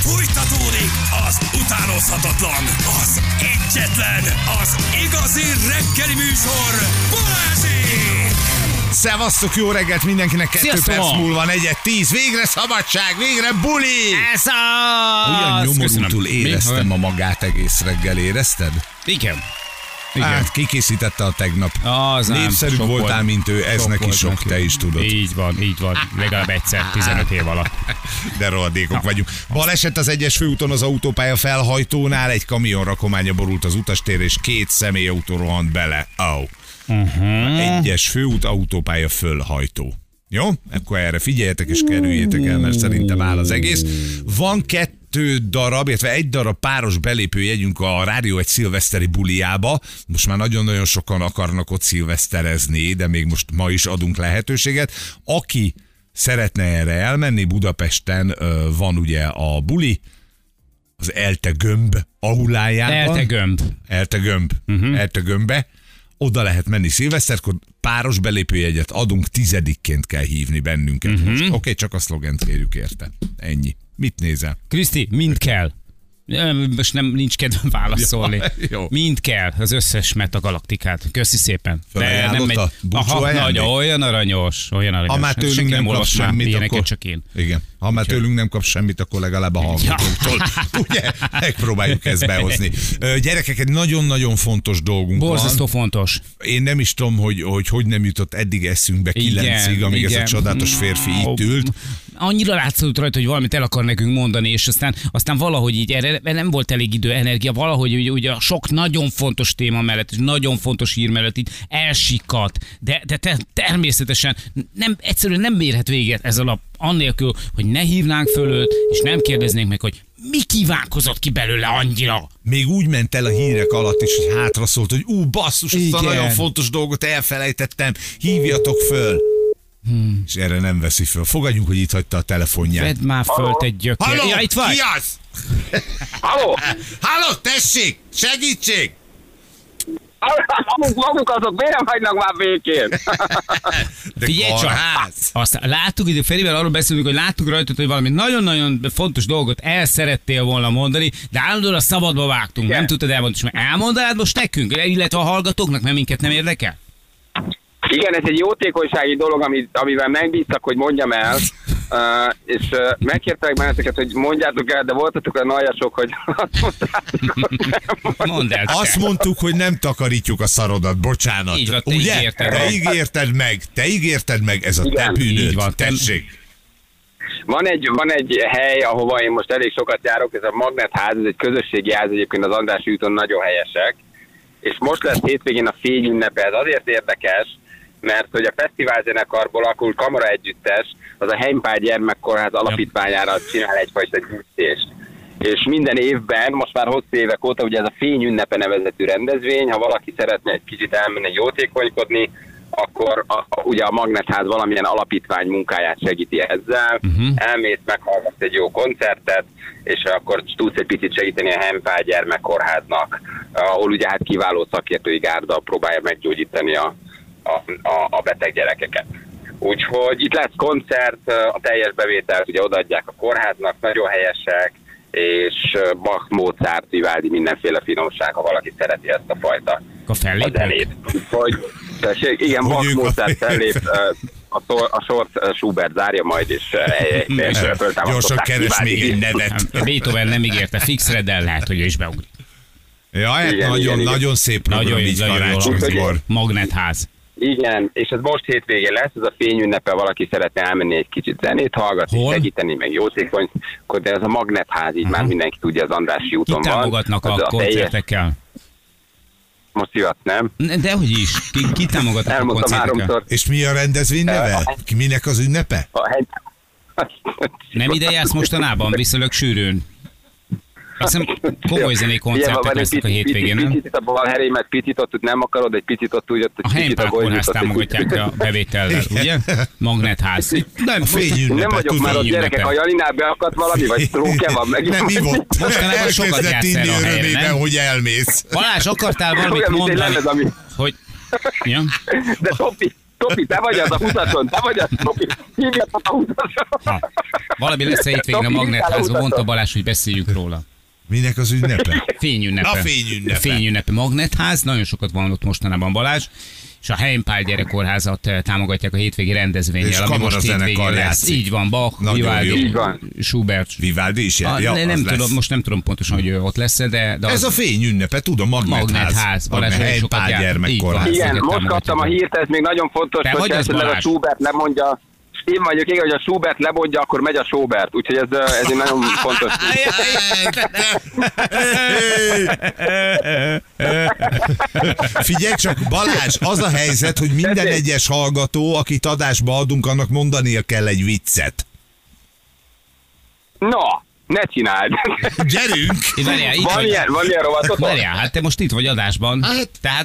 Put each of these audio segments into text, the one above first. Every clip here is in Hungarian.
Fújtatódik az utánozhatatlan, az egyetlen, az igazi reggeli műsor, Balázsék! Szevasztok, jó reggelt mindenkinek, 2 perc múlva 4:10, végre szabadság, végre buli! Ez az! Olyan nyomorultul éreztem a magát egész reggel, érezted? Igen. Hát kikészítette a tegnap. Népszerűbb sok voltál, volt. mint ő, ez Sok neki volt sok, neki. te is tudod. Így van. Legalább egyszer, 15 év alatt. De rohadékok vagyunk. Baleset az 1-es főúton az autópálya felhajtónál, egy kamion rakománya borult az utastér, és 2 személyautó rohant bele. Uh-huh. 1-es főút, autópálya fölhajtó. Jó? Akkor erre figyeljetek és kerüljétek el, mert szerintem áll az egész. Van 2 darab, illetve 1 darab páros belépőjegyünk a Rádió egy szilveszteri buliába. Most már nagyon-nagyon sokan akarnak ott szilveszterezni, de még most ma is adunk lehetőséget. Aki szeretne erre elmenni, Budapesten van ugye a buli, az Elte Gömb aulájában. Elte Gömb. Elte Gömbbe. Oda lehet menni szilveszterkor, páros belépőjegyet adunk, 10-ként kell hívni bennünket. Oké, csak a szlogent kérjük érte. Ennyi. Mit nézel? Kriszti, mind kell. Most nincs kedvem válaszolni. Jó. Mind kell, az összes metagalaktikát. Köszi szépen. Felajánlott a búcsú ajándék? Olyan aranyos. Ha már tőlünk nem kapsz semmit, ilyeneket akkor... csak én. Igen. Ha már tőlünk nem kapsz semmit, akkor legalább a hallgatóktól. Ugye? Megpróbáljuk ezt behozni. Gyerekek, egy nagyon-nagyon fontos dolgunk Borzasztó van. fontos. Én nem is tudom, hogy nem jutott eddig eszünkbe 9-ig, amíg ez a csodálatos férfi itt ült. Annyira látszott rajta, hogy valamit el akar nekünk mondani, és aztán valahogy így erre nem volt elég idő, energia, valahogy ugye a sok nagyon fontos téma mellett, és nagyon fontos hír mellett így elsikadt, de természetesen egyszerűen nem mérhet véget ez a lap, annélkül, hogy ne hívnánk föl őt, és nem kérdeznénk meg, hogy mi kívánkozott ki belőle annyira. Még úgy ment el a hírek alatt is, hogy hátra szólt, hogy basszus, azt a nagyon fontos dolgot elfelejtettem, hívjatok föl. És erre nem veszi föl. Fogadjunk, hogy itt hagyta a telefonját. Vedd már föl, te gyökér. Halló, Ja, itt vagy? ki az? Halló! Halló, tessék, segítség! Maguk azok miért nem hagynak már békén? De Figyelj csak! Azt láttuk, hogy Ferivel arról beszélünk, hogy láttuk rajtad, hogy valami nagyon-nagyon fontos dolgot el szerettél volna mondani, de állandóan a szabadba vágtunk. Igen. Nem tudtad elmondani, és elmondanád most nekünk, illetve a hallgatóknak, mert minket nem érdekel? Igen, ez egy jótékonysági dolog, amivel megbíztak, hogy mondjam el, és megkértek benneteket, hogy mondjátok el, de voltatok olyan aljasok, hogy azt mondtátok, hogy nem Mondd el. Azt mondtuk, hogy nem takarítjuk a szarodat, bocsánat. Így van, te ugye? ígérted. Te ígérted meg, ez a te Igen, bűnöd. így van. Tessék. Van egy hely, ahova én most elég sokat járok, ez a Magnetház, ez egy közösségi ház, egyébként az Andrássy úton nagyon helyesek, és most lesz hétvégén a fényünnepe, ez azért érdekes, mert hogy a fesztiválzenekarból alakult kamara együttes, az a Heimpál Gyermekkórház alapítványára csinál egyfajta gyűjtést. És minden évben, most már hosszú évek óta, ugye ez a Fényünnepe nevezetű rendezvény, ha valaki szeretne egy kicsit elmenni jótékonykodni, akkor ugye a Magnetház valamilyen alapítvány munkáját segíti ezzel, elmész, meghallgatsz egy jó koncertet, és akkor tudsz egy picit segíteni a Heimpál Gyermekkórháznak, ahol ugye hát kiváló szakértői gárda próbálja meggyógyítani a beteg gyerekeket. Úgyhogy itt lesz koncert, a teljes bevételt ugye odaadják a kórháznak, nagyon helyesek, és Bach, Mozart, Vivaldi, mindenféle finomság, ha valaki szereti ezt a fajta A zenét. Úgyhogy, igen, Bach, Mozart fellép, a sort Schubert zárja majd, és Gyorsan keres még egy nevet. Beethoven nem ígérte fixre, de lehet, hogy ő is beugrik. Ja, hát nagyon szép program, Nagyon így jól karácsonykor. Magnetház. Igen, és ez most hétvégén lesz, ez a fényünnepe, valaki szeretne elmenni egy kicsit zenét hallgatni, Hol? segíteni, meg jótékony, de ez a Magnetház, így már mindenki tudja, az Andrássy úton Ki van. támogatnak a koncertekkel? Most hivat, nem? Dehogy is. Ki támogatnak a Elmondtam koncertekkel? 3-szor. És mi a rendezvény neve? Minek az ünnepe? Nem ide jársz mostanában, viszonylag sűrűn. Azt hiszem, komoly zenékoncertek lesznek a hétvégén, nem? Picit a balherémet, picit ott nem akarod, egy picit ott úgy, A Heimpál Kórház támogatják a bevétellel, ugye? Magnetház. Nem, fényünnepe. Nem vagyok már ott, gyerekek, a Janinál beakadt valami, vagy tróke van meg. Nem ivott. Mostanában sokat Elkezdett játsz el inni a helyre, örömében, nem? hogy elmész. Balázs, akartál valamit Olyan, mint egy mondani? lemez, ami... Hogy... Ja? De Topi, te vagy az a 20-ason, te vagy az, Topi, hívjatok a 20-ason. Valami lesz a hétvégén a Magnetházban, mondta Balázs, hogy beszéljünk róla. Minek az ünnepe? Fényünnepe. A fényünnepe. Fényünnepe. Magnetház, nagyon sokat van ott mostanában Balázs, és a Heimpál gyerekkórházat támogatják a hétvégi rendezvényel, És ami most kamarazenekar hétvégén lesz. játszik. Így van, Bach, Nagyon Vivaldi, Így van. Schubert. Vivaldi is jár? Ja, nem az tudom, lesz. most nem tudom pontosan, hogy ő ott lesz, de Ez a fényünnepe, tudom, Magnetház. Balázs nagyon sokat Heimpál jár. gyermekkórház. Így van. Igen, Ezeket most támogatjuk. kaptam a hírt, ez még nagyon fontos, Te vagy hogy az, esetleg a Balázs? Schubert lemondja. Én vagyok, igen, hogy a Schubert lemondja, akkor megy a Schubert. Úgyhogy ez egy nagyon fontos. Figyelj csak, Balázs, az a helyzet, hogy minden egyes hallgató, akit adásba adunk, annak mondania kell egy viccet. No, ne csináld. Gyerünk! Várjál, itt Van vagy. ilyen rovatot? Várjál, hát te most itt vagy adásban. Hát- Tehát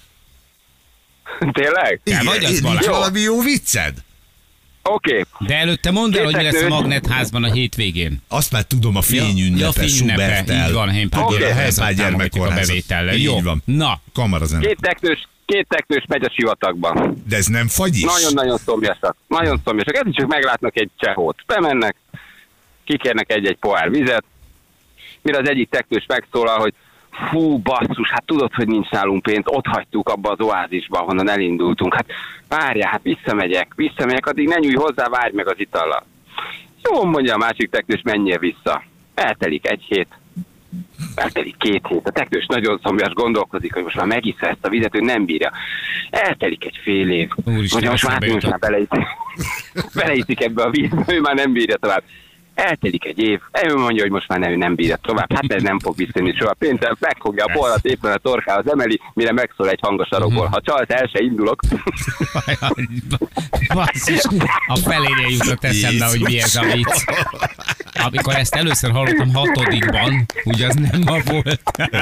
Tényleg? Te vagy az, nincs Balázs? valami jó vicced? Oké. de előtte mondd el, hogy mi lesz a Képtek nőt. Magnetházban a hétvégén. Azt már tudom, a fényünnepe, Így van, Heimpál Oké. gyermekkórházat Heimpál támogatjuk a gyermekkórházat. bevétellel. Így Jó, van. na, Kamarazenekar. Két teknős megy a sivatagba. De ez nem fagyis? Nagyon-nagyon szomjasak. Nagyon szomjasak. Ez csak meglátnak egy csehót. Bemennek, kikérnek egy-egy pohár vizet, mire az egyik teknős megszólal, hogy fú, basszus, hát tudod, hogy nincs nálunk pénz, ott hagytuk abba az oázisba, honnan elindultunk. Hát várjál, hát visszamegyek, addig ne nyújj hozzá, várj meg az itallal. Jó, mondja a másik teknős, menjél vissza. Eltelik egy hét, eltelik 2 hét. A teknős nagyon szomjas, gondolkodik, hogy most már megissza ezt a vizet, ő nem bírja. Eltelik egy fél év. Úristen, Mondja, most eszembe már jutott. beleítik ebbe a vízbe, ő már nem bírja tovább. Eltelik egy év, ő mondja, hogy most már nem bírja tovább. Hát ez nem fog visszajönni soha. Pénzzel megfogja a pollat, éppen a torkához emeli, mire megszól egy hang a sarokból. Ha csalsz, el se indulok. basszus, a felénél jutott eszembe, hogy mi ez a vicc. Amikor ezt először hallottam 6-ban, ugye az nem ma volt.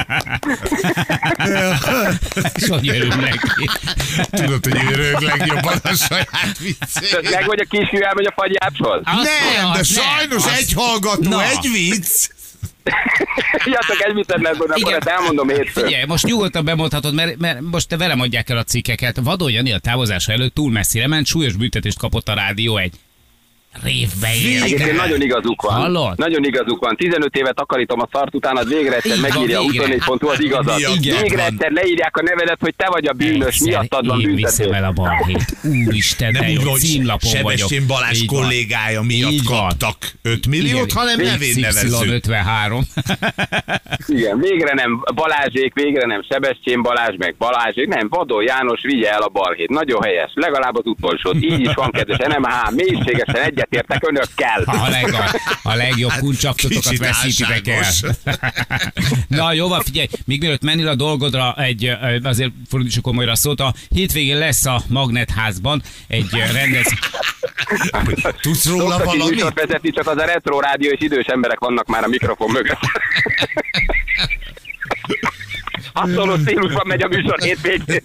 És hogy örül neki. Tudod, hogy ő rög legjobban a saját viccét. Meg vagy a kisfiú, elmegy a fagyápshoz. Nem, de sajnos egy hallgató, Na. egy vicc. Sziasztok, egy viccet lesz, akkor Igen. ezt elmondom hétfőn. Figyelj, most nyugodtan bemondhatod, mert most te velem adják el a cikkeket. Vadó Jani a távozása előtt túl messzire ment, súlyos büntetést kapott a rádió egy révbe ér. Egyébként nagyon igazuk van. Hallod? Nagyon igazuk van. 15 évet takarítom a szart utánad, végre egyszer Így van, megírja a végre. 24 az igazat. Igen. Végre egyszer leírják a nevedet, hogy te vagy a bűnös, miattad van én büntetés. viszem el a balhét. Úristen, de Nem úgy jó, van, hogy címlapon vagyok. Sebestyén Balázs Így van. kollégája miatt Így van. kaptak 5 milliót, hanem nevén nevezzük. Y53. Igen, végre nem Balázsék, végre nem Sebestyén Balázs, meg Balázsék, nem, Vadó János vigye el a balhét. Nagyon helyes, legalább az utolsót. Így is van, kedves NMH, mélységesen egyetértek önökkel. A legjobb kuncsaktotokat kicsit veszítitek el. álságos. Na jó van, figyelj, még mielőtt mennél a dolgodra, azért fordítsuk komolyra a szót, a hétvégén lesz a Magnetházban egy rendezvény. Tudsz róla Szoktak így valamit? műsort vezetni, csak az a retro rádió és idős emberek vannak már a mikrofon mögött. Hasonló stílusban megy a műsor hétvégén.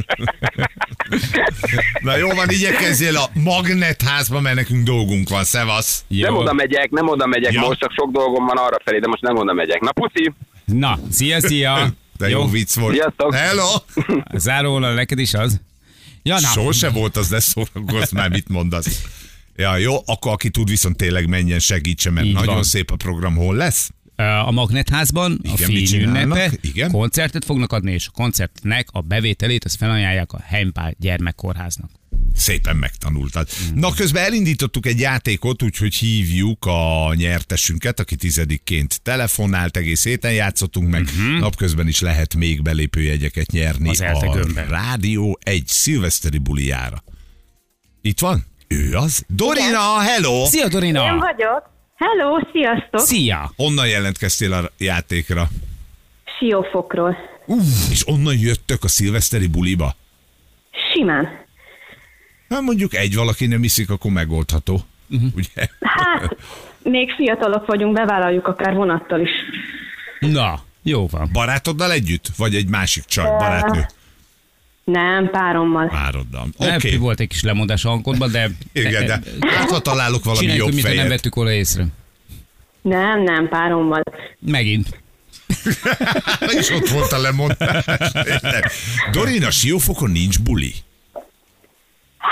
Na jó van, igyekezzél a Magnetházba, mert nekünk dolgunk van, szevasz. Jó. Nem oda megyek Ja. most, csak sok dolgom van arra felé, de most nem oda megyek. Na puszi! Na, szia! De jó vicc volt. Sziasztok. Hello! Záróval neked is az? Ja, na. Sose volt az, de szórakozz már, mit mondasz. Ja, jó, akkor aki tud, viszont tényleg menjen, segítsen, mert Így nagyon van. szép a program. Hol lesz? A Magnetházban a Igen, mit fényünnepe, csinálnak? Igen. koncertet fognak adni, és a koncertnek a bevételét azt felajánlják a Heimpál gyermekkórháznak. Szépen megtanultad. Na, közben elindítottuk egy játékot, úgyhogy hívjuk a nyertesünket, aki 10-ként telefonált, egész héten játszottunk meg. Napközben is lehet még belépőjegyeket nyerni Az ELTE a gömbben. Rádió egy szilveszteri bulijára. Itt van? Ő az? Dorina, hello! Szia, Én Dorina! vagyok. Hello, sziasztok! Szia! Onnan jelentkeztél a játékra? Siófokról. És onnan jöttök a szilveszteri buliba? Simán. Hát mondjuk egy valaki nem iszik, akkor megoldható. Ugye? Hát, még fiatalok vagyunk, bevállaljuk akár vonattal is. Na, jó van. Barátoddal együtt? Vagy egy másik csaj, barátnő? Nem, párommal. Pároddal. Okay. Oké. Volt egy kis lemondás a hangodban, de... Igen, de hát ha találok valami Csináljuk, jobb mintha nem fejet. vettük volna észre. Nem, párommal. Megint. És ott volt a lemondás. Tényleg. Dorina, Siófokon nincs buli?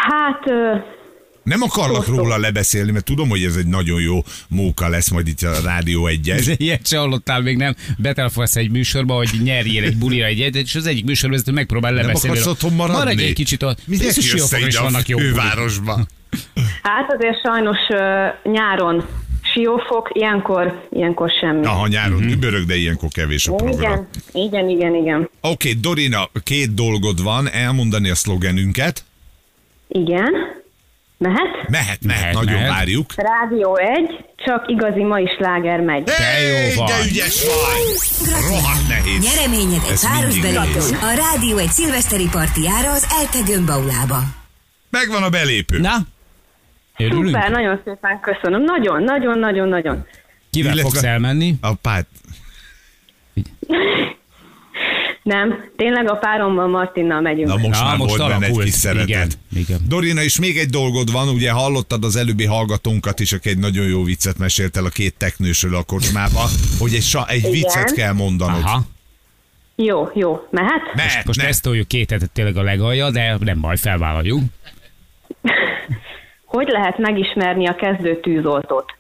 Hát, Nem akarlak róla lebeszélni, mert tudom, hogy ez egy nagyon jó móka lesz majd itt a Rádió 1-es. Ilyet se hallottál még, nem? Betelefonálsz egy műsorba, hogy nyerjél egy bulira egyet, és az egyik műsorvezető megpróbál lebeszélni. Nem akarsz otthon maradni? Maradj egy kicsit ott. Minek jössz ide a fővárosba? hát azért sajnos nyáron siófok, ilyenkor semmi. Aha, nyáron dübörög, de ilyenkor kevés a program. Igen. Oké, Dorina, 2 dolgod van, elmondani a szlogenünket. Igen. Mehet? Mehet, nagyon várjuk. Rádió 1, csak igazi mai sláger megy. Te jó vagy. De ügyes vagy! Rohadt nehéz. Nyereményed egy Ez páros mindig belépő nehéz. a Rádió egy szilveszteri partiára az Elte Gömbaulába. Megvan a belépő. Na? Örülünk? Szuper, nagyon szépen köszönöm. Nagyon. Kivel Illetve- fogsz elmenni? A pát. Nem, tényleg a párommal, Martinnal megyünk. Na most Na, már most volt benne egy alakult. kis szeretet. Igen. Dorina, és még egy dolgod van, ugye hallottad az előbbi hallgatónkat is, aki egy nagyon jó viccet mesélt el a 2 teknősről a kocsmába, hogy egy viccet kell mondanod. Aha. Jó, mehet? Most ezt toljuk 2 hetet tényleg a legalja, de nem baj, felvállaljuk. Hogy lehet megismerni a kezdő tűzoltót?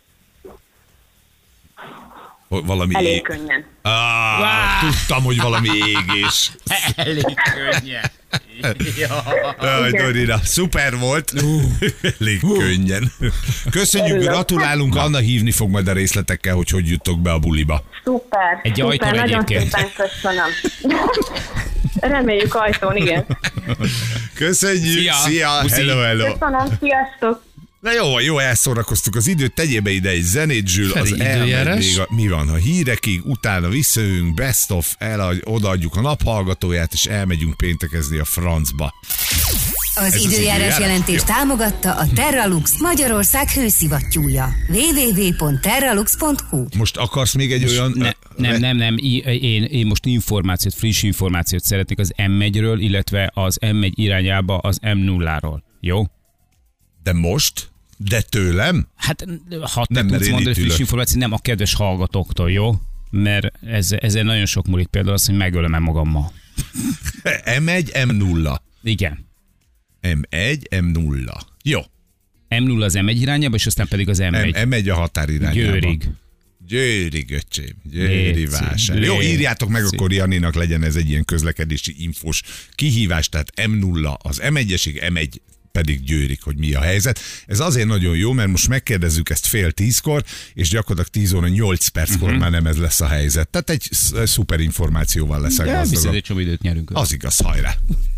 Valami Elég könnyen. Tudtam, hogy valami égés. Elég könnyen. Jaj, Dorina, szuper volt. Elég könnyen. Köszönjük, Örülök. gratulálunk. Anna hívni fog majd a részletekkel, hogy juttok be a buliba. Szuper. Egy szuper, ajtón nagyon egyébként. szépen köszönöm. Reméljük ajtón, igen. Köszönjük, Szia. szia. Puszi. Hello. Köszönöm, sziasztok. Na jó elszórakoztuk az időt, tegyél be ide egy zenét, Zsül, Feri, az elmegy időjárás? még mi van, a hírekig, utána visszajövünk, best of, odaadjuk a naphallgatóját, és elmegyünk péntekezni a francba. Az az időjárás időjárás? jelentést Jó. támogatta a Terralux Magyarország hőszivattyúja. www.terralux.hu. Most akarsz még egy olyan... Nem. Én most friss információt szeretnék az M1-ről, illetve az M1 irányába az M0-ról. Jó? De most? De tőlem? Hát, ha te Nem, mert tudsz én mondani itt friss ülök. információt, nem a kedves hallgatóktól, jó? Mert ezzel nagyon sok múlik, például az, hogy megölöm magammal. M1, M0. Igen. M1, M0. Jó. M0 az M1 irányába, és aztán pedig az M1. M1 a határirányába. Győrig. Győri, öcsém. Győri Léci, vásár. Jó, léci. írjátok meg, akkor Janinak legyen ez egy ilyen közlekedési infós kihívás, tehát M0 az M1-esig, M1 pedig Győrig, hogy mi a helyzet. Ez azért nagyon jó, mert most megkérdezzük ezt 9:30-kor, és gyakorlatilag 10 óra 8 perckor már nem ez lesz a helyzet. Tehát egy szuper információval leszek De bizony gazdagabb. egy csomó időt nyerünk. Az igaz, hajrá!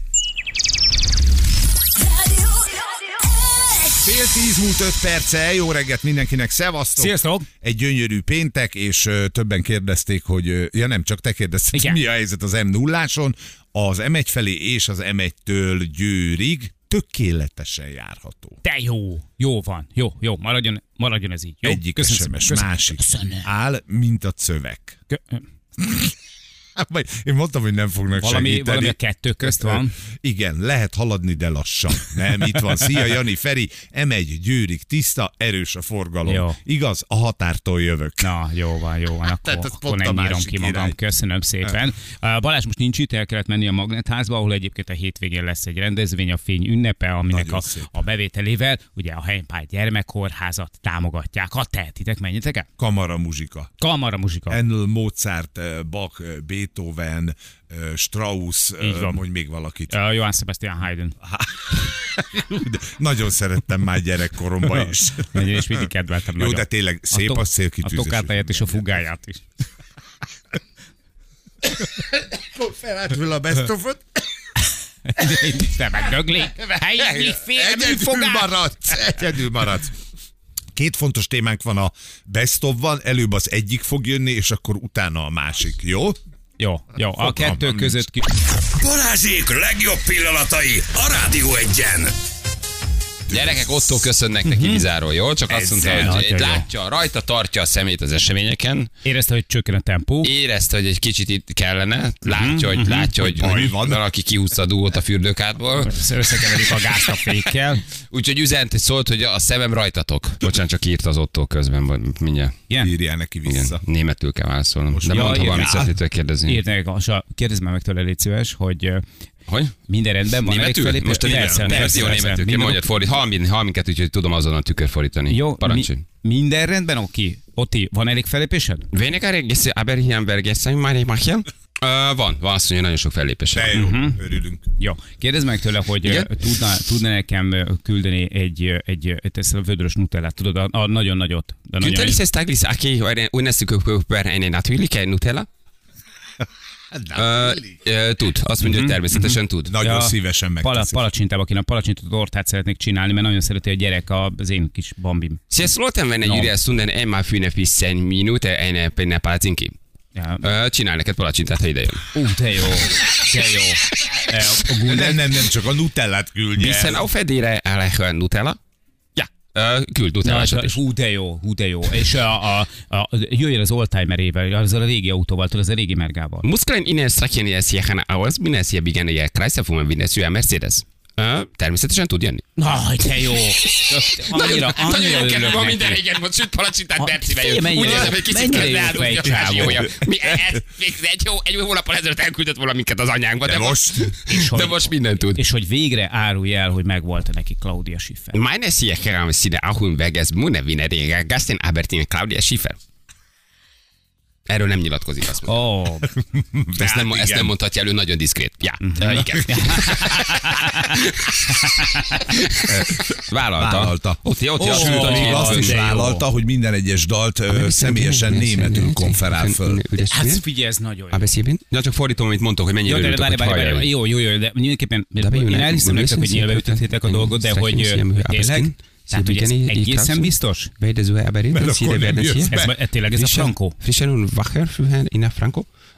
9:10 múlt 5 perce, jó reggelt mindenkinek, szevasztok! Sziasztok! Egy gyönyörű péntek, és többen kérdezték, hogy, ja nem, csak te kérdezted, Igen. mi a helyzet az M0-áson, az M1 felé és az M1-től Győrig tökéletesen járható. De jó van, jó, maradjon ez így. Jó? Egyik Köszönöm. SMS, másik Köszönöm. áll, mint a szöveg. Vagy én mondtam, hogy nem fognak segíteni. Valami a 2 közt van. Igen, lehet haladni, de lassan. Nem, itt van. Szia, Jani, Feri, M1 Győrig tiszta, erős a forgalom. Jó. Igaz, a határtól jövök. Na, jó van, Tehát ez akkor pont a nem írom másik ki magam. irány. Köszönöm szépen. Balázs most nincs itt, el kellett menni a Magnetházba, ahol egyébként a hétvégén lesz egy rendezvény, a Fény ünnepe, aminek Nagyon szép. a bevételével ugye a Heimpál gyermekkórházat támogatják. Ha tehetitek, menjetek el. Kamara muzsika. Kamara muzsika. Handel, Mozart, Bach, Beethoven, Strauss, Így van. mondj még valakit. Johann Sebastian Haydn. De nagyon szerettem már gyerekkoromban is. Én is mindig kedveltem Jó, nagyon. de tényleg szép a A célkitűzés. tokátáját és a fugáját is. Felállt a best of-ot. Te megdögli. Helyi Egyedül maradsz. 2 fontos témánk van a best of-ban, előbb az egyik fog jönni, és akkor utána a másik, jó? Jó. A Fogalmam 2 nincs. között Balázsék legjobb pillanatai a Rádió 1-en. Gyerekek, Otto köszönnek neki Lizáról, jó? Csak azt mondta, Ezzel. hogy Nagyon jó. látja, rajta tartja a szemét az eseményeken. érezte, hogy csökken a tempó. Érezte, hogy egy kicsit itt kellene. Látja, hogy baj van. valaki kihúzta a dugót a fürdőkádból. Összekeverik a gázt a fékkel. Úgyhogy üzent, hogy szólt, hogy a szemem rajtatok. Bocsánat, csak írt az Otto közben, vagy mindjárt. Igen? Írjál neki Igen, vissza. németül kell válaszolnom. De Ja, mondta igen. valamit szeretnétek kérdezni. Kérdezd már meg tőle, légy szíves, hogy Hogy? Minden rendben van. Németül? elég Most a Persze, jó németül. Ki mondjad fordít. Hall minket, úgyhogy tudom azonnal tükörfordítani. Jó, Parancsolj. minden rendben, oké. Otti, van elég fellépésed? Weniger egész, aber hier vergessen meine machen. Van, azt mondja, nagyon sok fellépése. De jó, örülünk. Jó. Kérdezd meg tőle, hogy Igen? tudna nekem küldeni egy ezt a vödrös nutellát, tudod, a nagyon nagyot. De nagyon Kötelis ezt taglis, aki unneszük eine natürliche Nutella? Tud, azt mondja, hogy természetesen tud. Nagyon szívesen megteszik. Palacsintába kéne, palacsinta tortát szeretnék csinálni, mert nagyon szereti a gyerek az én kis bambim. Sie sollten, wenn No. Julia Stunden einmal für eine bis 10 Minuten eine Palacinki. Ja. Csinál neked palacsintát, ha ide jön. De jó. A Gunnar, Nem, csak a nutellát küldje. Biszen auf edére Nutella? Ja, küld Nutellásat is. hú, de jó. És jöjjön az oldtimerével, azzal a régi autóval, tudod, az a régi mergával. Muskeln innen strecken jetzt hier aus, bin es hier beginne hier Kreislauf, wenn es Mercedes. Természetesen tud jönni. De jó. Annyira Van örülök minden neki. régen, most süt palacsintát Bercivel Figyelj, jön. mennyire- Úgy érzem, hogy kicsit mennyire kell jó leáldulni a fejcsávó. jója. Egy hónappal ezelőtt elküldött volna minket az anyánkba, de most mindent tud. És hogy végre árulj el, hogy megvolt neki Claudia Schiffer. Meine hier haben sie auch im Vegas Muneviner Gasten Albertine Claudia Schiffer. Erről nem nyilatkozik, azt mondja. Ezt nem mondhatja elő, nagyon diszkrét. Ja, igen. Vállalta. Ott Még azt is de jó. vállalta, hogy minden egyes dalt személyesen németül konferál föl. Hát figyelj, ez nagyon jó. Abeszében? Ja, csak fordítom, amit mondtok, hogy mennyire Jó, de örültök, hogy hallja. jó, de mindenképpen én elhiszem nektek, hogy nyilván ütöttétek a dolgot, de hogy tényleg, tehát, hogy ez egészen biztos? Weil der so aber Mert akkor nem jössz be. Tényleg ez a Franco? Frischen und wacher für in a Franco?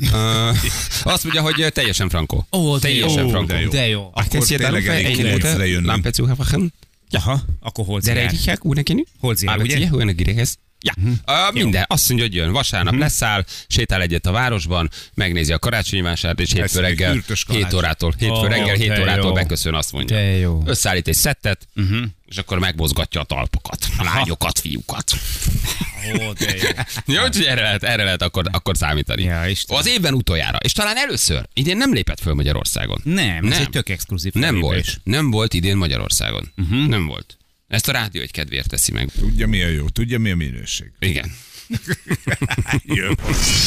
Azt mondja, hogy teljesen Franco. Teljesen Franco. de jó. De jó. Akkor tényleg elég kilencre jönni. Lampe zu wachen. Aha, akkor Holziger. Zereikják, úgy nekeni? Holziger, ugye? Olyan a girekhez. Ja, minden. Azt mondja, hogy jön. Vasárnap leszáll, sétál egyet a városban, megnézi a karácsonyi vásárt, és hétfő még reggel ürtös 7 kalács. órától, hétfő reggel 7 de órától jó. beköszön, azt mondja. De jó. Összeállít egy szettet, és akkor megmozgatja a talpokat, a lányokat, fiúkat. Ó, de jó. Jó, úgyhogy erre lehet akkor számítani. Ja, Istenem. Az évben utoljára, és talán először. Idén nem lépett föl Magyarországon. Nem, ez egy tök exkluzív Nem fellépés. volt. Nem volt idén Magyarországon. Nem volt. Ezt a rádió egy kedvéért teszi meg. Tudja, mi a jó, tudja, mi a minőség. Igen. Jön.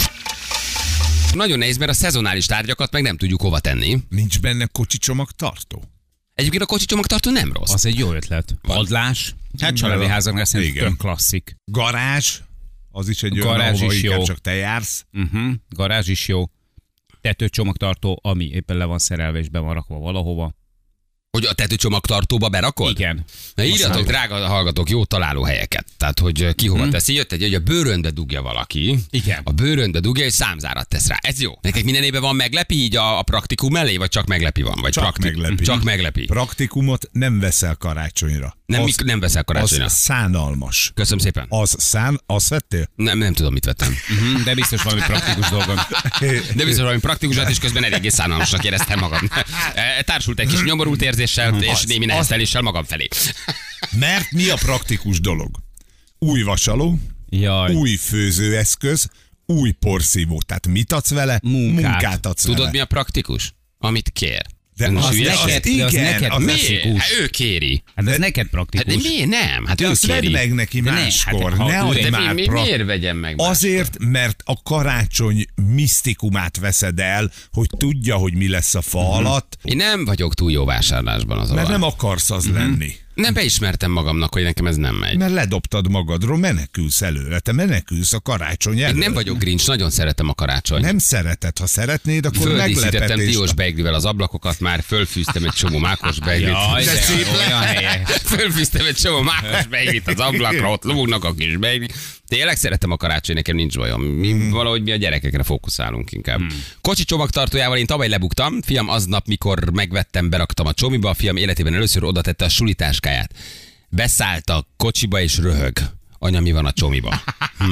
Nagyon nehéz, mert a szezonális tárgyakat meg nem tudjuk hova tenni. Nincs benne kocsicsomag tartó. Egyébként a kocsicsomagtartó nem rossz. Az egy jó ötlet. Padlás. Hát családi házaknál szerintem Igen. tök klasszik. Garázs, az is egy olyan, Garázs ahova is inkább jó. csak te jársz. Garázs is jó. Tetőcsomagtartó, ami éppen le van szerelve és be van rakva valahova. Hogy a tetőcsomagtartóba berakod? Igen. Na írjatok, drága hallgatók, jó találó helyeket. Tehát, hogy ki hova teszi. Jött egy, hogy a bőrönbe dugja valaki. Igen. A bőrönbe dugja, és számzárat tesz rá. Ez jó. Nektek minden évben van meglepi így a praktikum mellé, vagy csak meglepi van? Vagy Csak meglepi. Csak meglepi. Praktikumot nem veszel karácsonyra. Nem veszel karácsonyra. Az szánalmas. Köszönöm szépen. Azt vettél? Nem tudom, mit vettem. De biztos valami praktikus dolgom. De biztos valami praktikusat, és közben eléggé szánalmasnak éreztem magam. Társult egy kis nyomorult érzéssel, és némi nehezteléssel magam felé. Mert mi a praktikus dolog? Új vasaló, Jaj. új főzőeszköz, új porszívó. Tehát mit adsz vele? Munkát. adsz Tudod, vele. mi a praktikus? Amit kér. De Ön is az hülyeség? neked, de az igen, neked az klasszikus. Hát ő kéri. Hát ez neked Hát de praktikus. miért nem? Hát de ő azt vedd kéri. meg neki De ne, máskor. hát, ha Ne adj üres- már Miért vegyem meg máskor? Azért, mert a karácsony misztikumát veszed el, hogy tudja, hogy mi lesz a fa alatt, Én nem vagyok túl jó vásárlásban az mert alá. nem akarsz az lenni. Nem beismertem magamnak, hogy nekem ez nem megy. Mert ledobtad magadról, menekülsz előre. Te menekülsz a karácsony Én elől. nem vagyok Grinch, nagyon szeretem a karácsonyt. Nem szereted, ha szeretnéd, akkor Földíszítettem meglepetés. diós beiglivel az ablakokat, már fölfűztem egy csomó mákos beiglit. Jaj, De de szép olyan helyek. Fölfűztem egy csomó mákos beiglit az ablakra, ott lógnak a kis beiglit. Tényleg szeretem a karácsony, nekem nincs bajom. Valahogy mi a gyerekekre fókuszálunk inkább. Kocsi csomagtartójával én tavaly lebuktam. Fiam aznap, mikor megvettem, beraktam a csomiba, a fiam életében először oda tette a sulitáskáját. Beszállt a kocsiba és röhög. Anya, mi van a csomiba?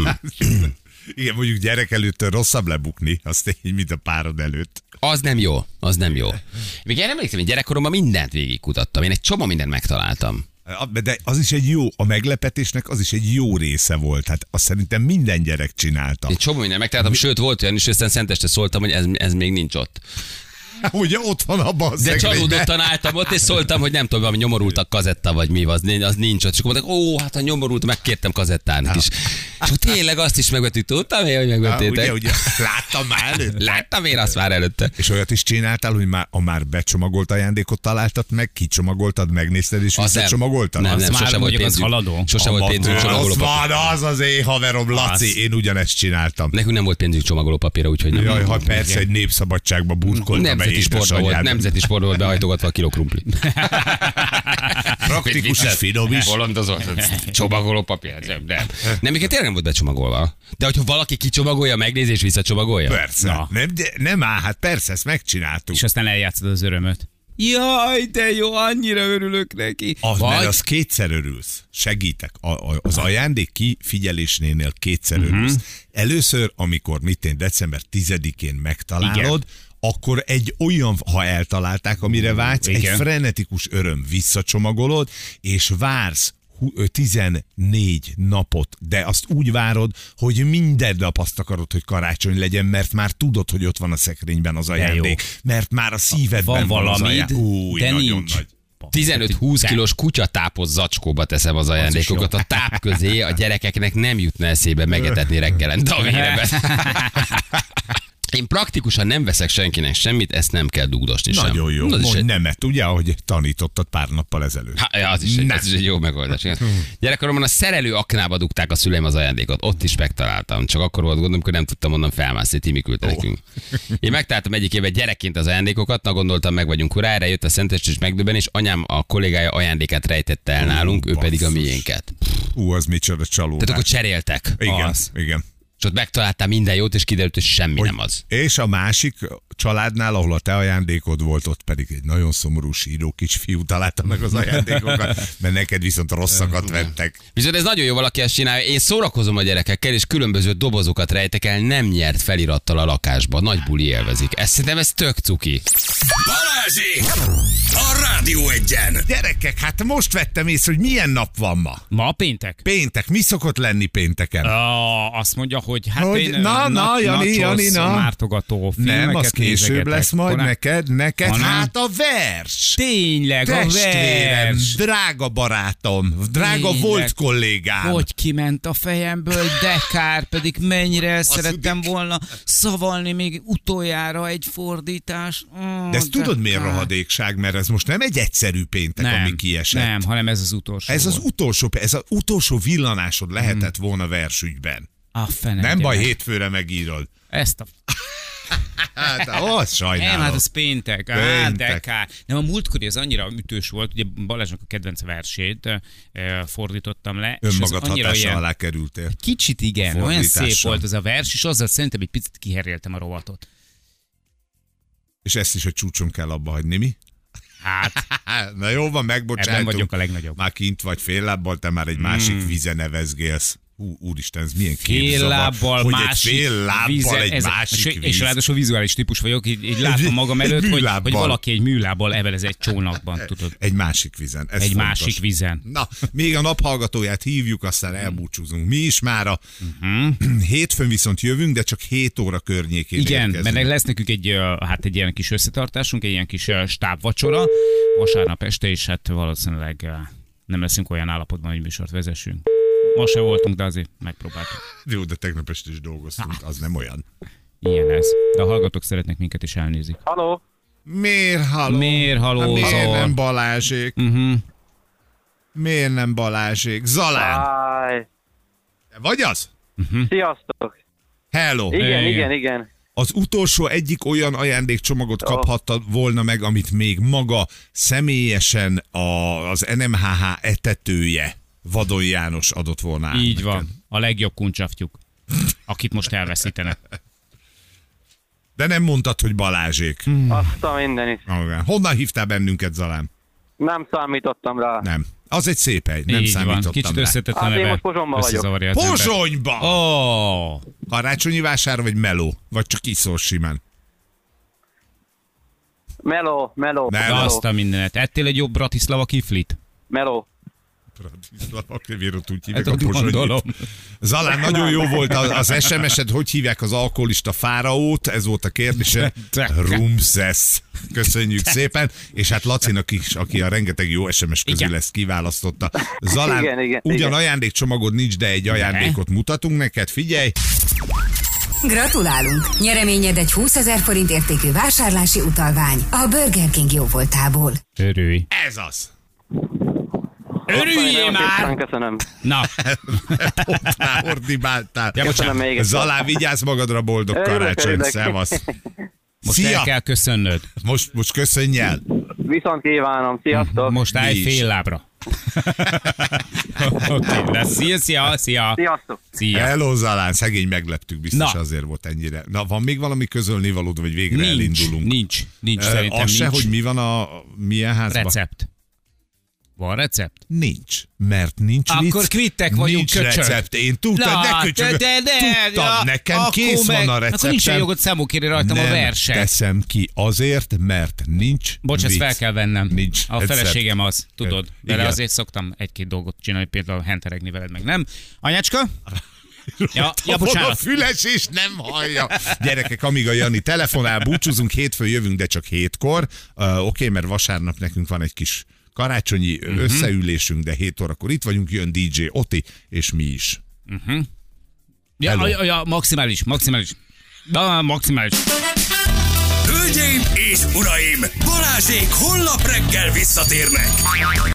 Igen, mondjuk gyerek előtt rosszabb lebukni, az tény, mint a párod előtt. Az nem jó, az nem jó. Még én emlékszem, hogy gyerekkoromban mindent végigkutattam. Én egy csomó mindent megtaláltam. De az is egy jó, a meglepetésnek az is egy jó része volt. Hát azt szerintem minden gyerek csinálta. Egy csomó mindent megtaláltam, sőt volt olyan is, aztán szenteste szóltam, hogy ez még nincs ott. Ugye ott van abban a De szekrényben. csalódottan álltam ott, és szóltam, hogy nem tudom, valami nyomorultak kazetta, vagy mi az nincs ott. És akkor mondták, hát a nyomorult, megkértem kazettának is. És akkor tényleg azt is megvettük, tudtam én, hogy megvettétek. Ugye, láttam már előtte. Láttam én azt már előtte. És olyat is csináltál, hogy már becsomagolt ajándékot találtad meg, kicsomagoltad, megnézted és visszacsomagoltad? Nem, Már sose volt mondjuk az pénzünk. haladó. Sose volt pénzünk csomagolópapír. Az az én haverom, Laci, én ugyanezt csináltam. Nekünk nem volt pénzünk csomagolópapírra, úgyhogy nem. Jaj, ha persze egy népszabadságba burkoltam be Nemzeti sportba volt behajtogatva a kiló krumpli. Praktikus és finom is. Bolondozott. Csomagolópapír. Nem, minket tényleg nem volt becsomagolva. De hogyha valaki kicsomagolja, megnézi és visszacsomagolja. Persze. Nem áll, hát persze, ezt megcsináltuk. És aztán eljátszod az örömöt. Jaj, de jó, annyira örülök neki. Mert az kétszer örülsz. Segítek. Az ajándék kifigyelésnél kétszer örülsz. Először, amikor december 10-én megtalálod, igen, akkor egy olyan, ha eltalálták, amire vágysz, igen, egy frenetikus öröm visszacsomagolod, és vársz 14 napot, de azt úgy várod, hogy minden nap azt akarod, hogy karácsony legyen, mert már tudod, hogy ott van a szekrényben az ajándék, mert már a szívedben van az ajándék. De nincs. Nagy. 15-20 kilós kutyatápos zacskóba teszem az ajándékokat. A táp közé a gyerekeknek nem jutna eszébe megetetni reggelente a vérebe. Én praktikusan nem veszek senkinek semmit, ezt nem kell dugdosni sem. Nagyon jó. Mondj nemet, ugye, ahogy tanítottad pár nappal ezelőtt. Az is egy jó megoldás. Gyerekkoromban a szerelő aknába dugták a szüleim az ajándékot. Ott is megtaláltam. Csak akkor volt gondom, amikor nem tudtam onnan felmászni. Timi küldte nekünk. Én megtaláltam egyik évben gyerekként az ajándékokat, gondoltam, meg vagyunk urá, erre jött a szenteste és megdöbben, és anyám a kollégája ajándékát rejtette el nálunk, ő pedig a miénket. Az micsoda csalódás. Tehát akkor cseréltek. Igen. És ott megtaláltál minden jót, és kiderült, hogy semmi nem az. És a másik családnál, ahol a te ajándékod volt, ott pedig egy nagyon szomorú síró kisfiú találta meg az ajándékokat, mert neked viszont rosszakat vettek. Viszont ez nagyon jó, valaki ezt csinálja. Én szórakozom a gyerekekkel, és különböző dobozokat rejtek el nem nyert felirattal a lakásba. Nagy buli élvezik. Szerintem ez tök cuki. Balázsék! A Rádió Egyen! Gyerekek, hát most vettem észre, hogy milyen nap van ma. Ma péntek? Péntek. Mi szokott lenni pénteken? Azt mondja, hogy hát hogy, én Jani, mártogató filmeket nem, az később lesz majd neked. Hanem? Hát a vers. Tényleg, testvérem, a vers. drága barátom, drága Tényleg. volt kollégám. Hogy kiment a fejemből, de kár, pedig mennyire el szerettem volna szavalni még utoljára egy fordítás. De ezt tudod miért rohadékság, mert ez most nem egy egyszerű péntek, ami kiesett. Nem, hanem ez az utolsó. Ez az utolsó villanásod lehetett volna versügyben. Nem baj, hétfőre megírod. Ezt a... Hát, az sajnálom. Nem, hát az péntek. De kár. Nem, a múltkori az annyira ütős volt, ugye Balázsnak a kedvenc versét fordítottam le. Önmagad hatása alá kerültél. Kicsit igen, olyan szép volt az a vers, és azzal szerintem egy picit kiheréltem a rovatot. És ezt is a csúcson kell abba hagyni, mi? Hát. Na jó van, megbocsájtunk. Ebben vagyok a legnagyobb. Már kint vagy fél lábbal, te már egy másik vízen nevezgélsz. Úristen, ez milyen fél lábbal, hogy másik egy fél lábbal víze, egy másik víz. És ráadásul vizuális típus vagyok, így látom magam előtt, hogy valaki egy műlábbal evelez egy csónakban, tudod. Egy másik vízen. Ez egy fontos. másik vízen. Na, még a naphallgatóját hívjuk, aztán elbúcsúzunk. Mi is mára. Hétfőn viszont jövünk, de csak 7 óra környékén igen, érkezünk. mert lesz nekünk egy ilyen kis összetartásunk, egy ilyen kis stábvacsora vasárnap este, és hát valószínűleg nem leszünk olyan állapotban, hogy műsort vezessünk. Ma se voltunk, de azért megpróbáltuk. Jó, de tegnap este is dolgoztunk, az nem olyan. Ilyen ez. De a hallgatók szeretnek minket is elnézik. Halló? Miért haló? Miért nem Balázsék? Miért nem Balázsék? Zalán! Te vagy az? Sziasztok! Hello! Igen. Az utolsó egyik olyan ajándékcsomagot kaphatta volna meg, amit még maga személyesen az NMHH etetője, Vadon János adott volna át. Így van. A legjobb kuncsaftjuk, akit most elveszítenek. De nem mondtad, hogy Balázsék. Azt a mindenit. Honnan hívtál bennünket, Zalán? Nem számítottam rá. Nem. Az egy szép hely, nem így számítottam van. Kicsit rá. összetett a neve. Én most Pozsonyban vagyok. Pozsonyba! Oh. Karácsonyi vásár vagy meló? Vagy csak iszol simán? Meló. Nem. Azt a mindenet. Ettél egy jobb Bratislava kiflit? Meló. Bratislava, miért úgy hívják Hát a ott gondolom. Pozsonyit. Zalán, nagyon jó volt az SMS-ed, hogy hívják az alkoholista fáraót, ez volt a kérdése. Rumszesz. Köszönjük szépen, és hát Lacinak is, aki a rengeteg jó SMS közül ezt kiválasztotta. Zalán, ugyan ajándékcsomagod nincs, de egy ajándékot mutatunk neked, figyelj! Gratulálunk! Nyereményed egy 20 000 forint értékű vásárlási utalvány a Burger King jóvoltából. Örülj. Ez az! Örüljél már! Köszönöm. Na, Ott már ordibáltál. Köszönöm még egyszer. Zalán, vigyázz magadra, boldog karácsony, örülök. szevasz! most el kell köszönnöd. Most köszönj el! Viszont kívánom, sziasztok! Most állj Mi is. fél lábra. Oké, de szia. Sziasztok! Szia. Hello, Zalán, szegény megleptük, biztos Na. azért volt ennyire. Na, van még valami közölni valód, vagy végre elindulunk? Nincs, szerintem Az se, nincs. hogy mi van a milyen házban? Recept. Van recept? Nincs, mert nincs Akkor vicc, kvittek vagyunk, nincs köcsög. recept. Én tudtam, ne köcsög. Tudtam, nekem akkor kész van a Akkor nincs receptem. jogod számukérni rajtam a Nem verset. teszem ki azért, mert nincs Bocs, ezt vicc. fel kell vennem. Nincs. A recept. feleségem az, tudod. Vele Igen. azért szoktam egy-két dolgot csinálni, például henteregni veled, meg nem. Anyácska? Ja, Van a bocsánat. füles és nem hallja. Gyerekek, amíg a Jani telefonál, búcsúzunk, hétfőn jövünk, de csak 7-kor. Oké, mert vasárnap nekünk van egy kis karácsonyi összeülésünk, de 7 órakor itt vagyunk, jön DJ Oti, és mi is. Ja, maximális. Na, maximális. Hölgyeim és uraim, Balázsék holnap reggel visszatérnek.